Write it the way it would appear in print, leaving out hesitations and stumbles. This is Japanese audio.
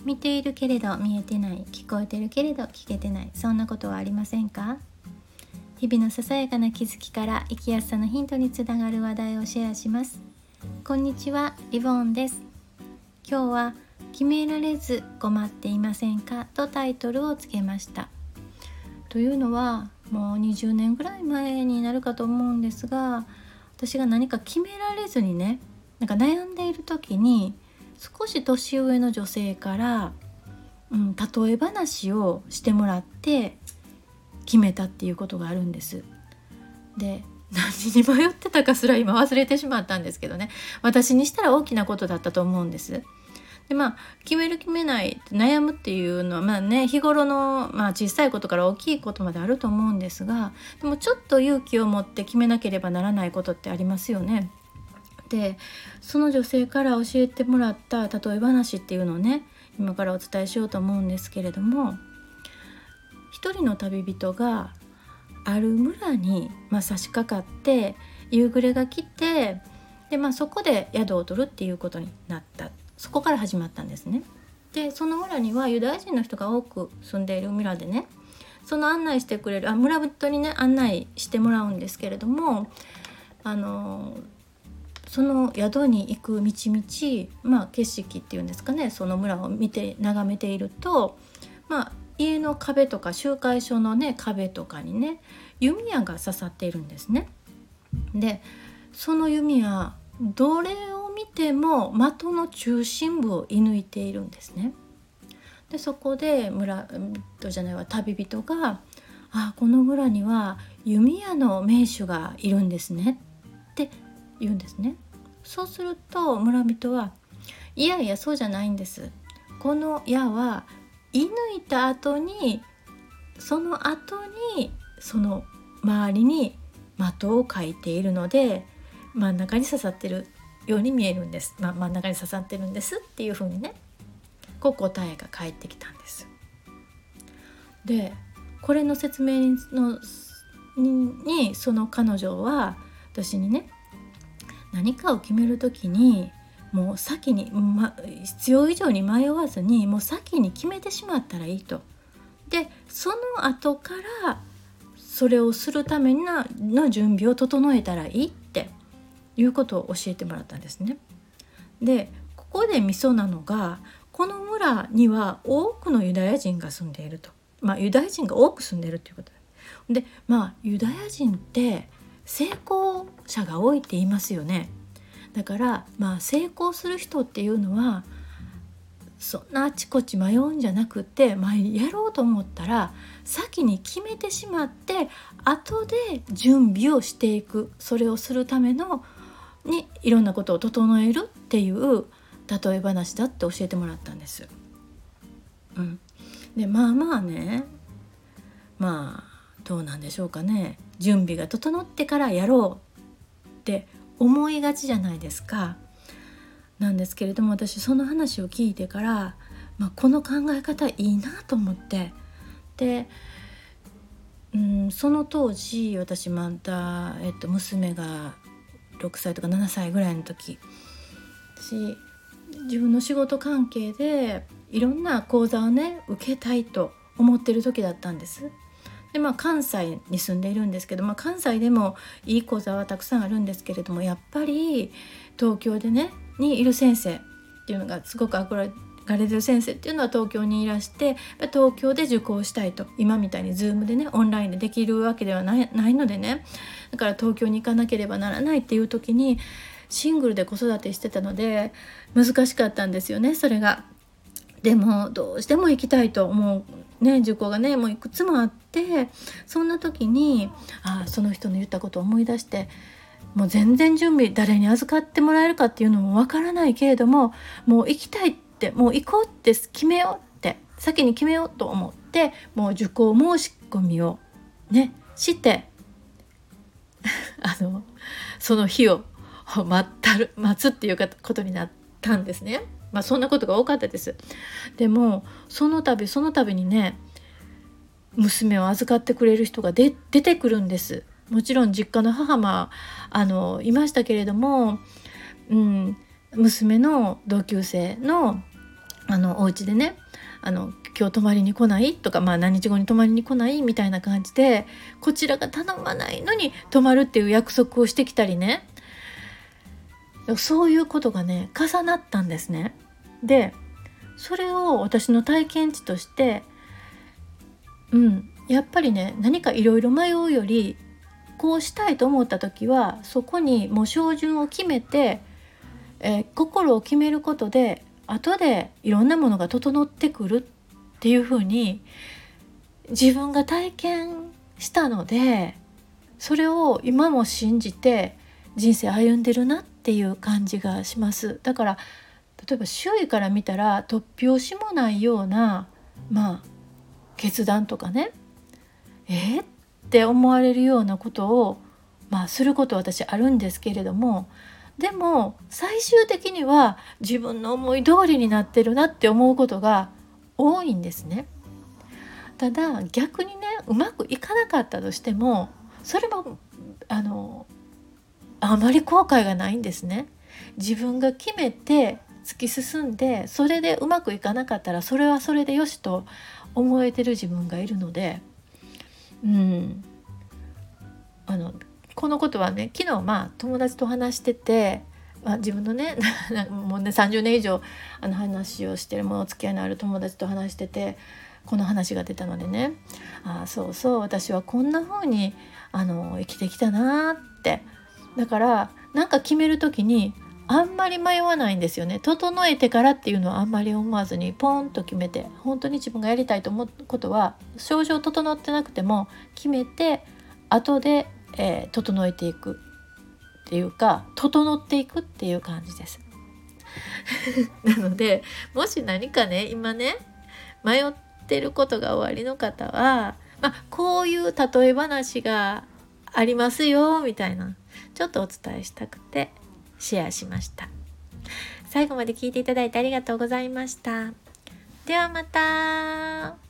見ているけれど見えてない、聞こえてるけれど聞けてない、そんなことはありませんか？日々のささやかな気づきから生きやすさのヒントにつながる話題をシェアします。こんにちは、リボーンです。今日は決められず困っていませんかとタイトルをつけました。というのはもう20年ぐらい前になるかと思うんですが、私が何か決められずにね、悩んでいる時に少し年上の女性から、例え話をしてもらって決めたっていうことがあるんです。で、何に迷ってたかすら今忘れてしまったんですけどね、私にしたら大きなことだったと思うんです。で、決める決めない悩むっていうのは日頃の、小さいことから大きいことまであると思うんですが、でもちょっと勇気を持って決めなければならないことってありますよね。で、その女性から教えてもらった例え話っていうのをね、今からお伝えしようと思うんですけれども、一人の旅人がある村に、差し掛かって夕暮れが来て、で、そこで宿を取るっていうことになった。そこから始まったんですね。で、その村にはユダヤ人の人が多く住んでいる村でね、その案内してくれる村人にね案内してもらうんですけれども、その宿に行く道々、景色っていうんですかね、その村を眺めていると、家の壁とか集会所のね壁とかにね弓矢が刺さっているんですね。で、その弓矢どれを見ても的の中心部を射抜いているんですね。で、そこで旅人がこの村には弓矢の名手がいるんですねって言うんですね。そうすると村人はいやいやそうじゃないんです、この矢は射抜いた後にその周りに的を描いているので真ん中に刺さってるように見えるんです、真ん中に刺さってるんですっていう風にね、答えが返ってきたんです。で、これの説明にその彼女は私にね、何かを決めるときにもう先に、必要以上に迷わずにもう先に決めてしまったらいいと。で、その後からそれをするための準備を整えたらいいっていうことを教えてもらったんですね。で、ここでミソなのが、この村には多くのユダヤ人が住んでいると、ユダヤ人が多く住んでいるということで、ユダヤ人って成功者が多いって言いますよね。だから、成功する人っていうのはそんなあちこち迷うんじゃなくて、やろうと思ったら先に決めてしまって後で準備をしていく、それをするためにいろんなことを整えるっていう例え話だって教えてもらったんです。で、どうなんでしょうかね。準備が整ってからやろうって思いがちじゃないですか。なんですけれども、私その話を聞いてから、この考え方いいなと思って、で、その当時私また、娘が6歳とか7歳ぐらいの時、私自分の仕事関係でいろんな講座をね受けたいと思ってる時だったんです。で、関西に住んでいるんですけど、関西でもいい講座はたくさんあるんですけれども、やっぱり東京でねにいる先生っていうのがすごく憧れてる先生っていうのは東京にいらして、東京で受講したいと、今みたいに Zoom でねオンラインでできるわけではないのでね、だから東京に行かなければならないっていう時にシングルで子育てしてたので難しかったんですよね、それが。でもどうしても行きたいと思うね、受講がねもういくつもあって、そんな時にその人の言ったことを思い出して、もう全然準備、誰に預かってもらえるかっていうのもわからないけれども、もう行きたいって、もう行こうって決めようって、先に決めようと思って、もう受講申し込みをねしてその日を待つっていうことになったんですね。そんなことが多かったです。でもその度にね、娘を預かってくれる人が出てくるんです。もちろん実家の母いましたけれども、娘の同級生のお家でね今日泊まりに来ないとか、何日後に泊まりに来ないみたいな感じでこちらが頼まないのに泊まるっていう約束をしてきたりね、そういうことがね重なったんですね。でそれを私の体験値として、やっぱりね何かいろいろ迷うよりこうしたいと思った時はそこにもう照準を決めて、心を決めることで後でいろんなものが整ってくるっていうふうに自分が体験したので、それを今も信じて人生歩んでるなっていう感じがします。だから例えば周囲から見たら突拍子もないような決断とかね、って思われるようなことをすることは私あるんですけれども、でも最終的には自分の思い通りになってるなって思うことが多いんですね。ただ逆にねうまくいかなかったとしてもそれもあまり後悔がないんですね。自分が決めて突き進んでそれでうまくいかなかったらそれはそれでよしと思えてる自分がいるので、このことはね昨日友達と話してて、自分のねもうね30年以上話をしてるお付き合いのある友達と話しててこの話が出たのでね、そうそう私はこんな風に生きてきたなって。だからなんか決める時にあんまり迷わないんですよね。整えてからっていうのはあんまり思わずにポンと決めて、本当に自分がやりたいと思うことは症状整ってなくても決めて後で、整えていくっていうか整っていくっていう感じですなのでもし何かね今ね迷ってることがおありの方は、こういう例え話がありますよみたいなちょっとお伝えしたくてシェアしました。最後まで聞いていただいてありがとうございました。ではまた。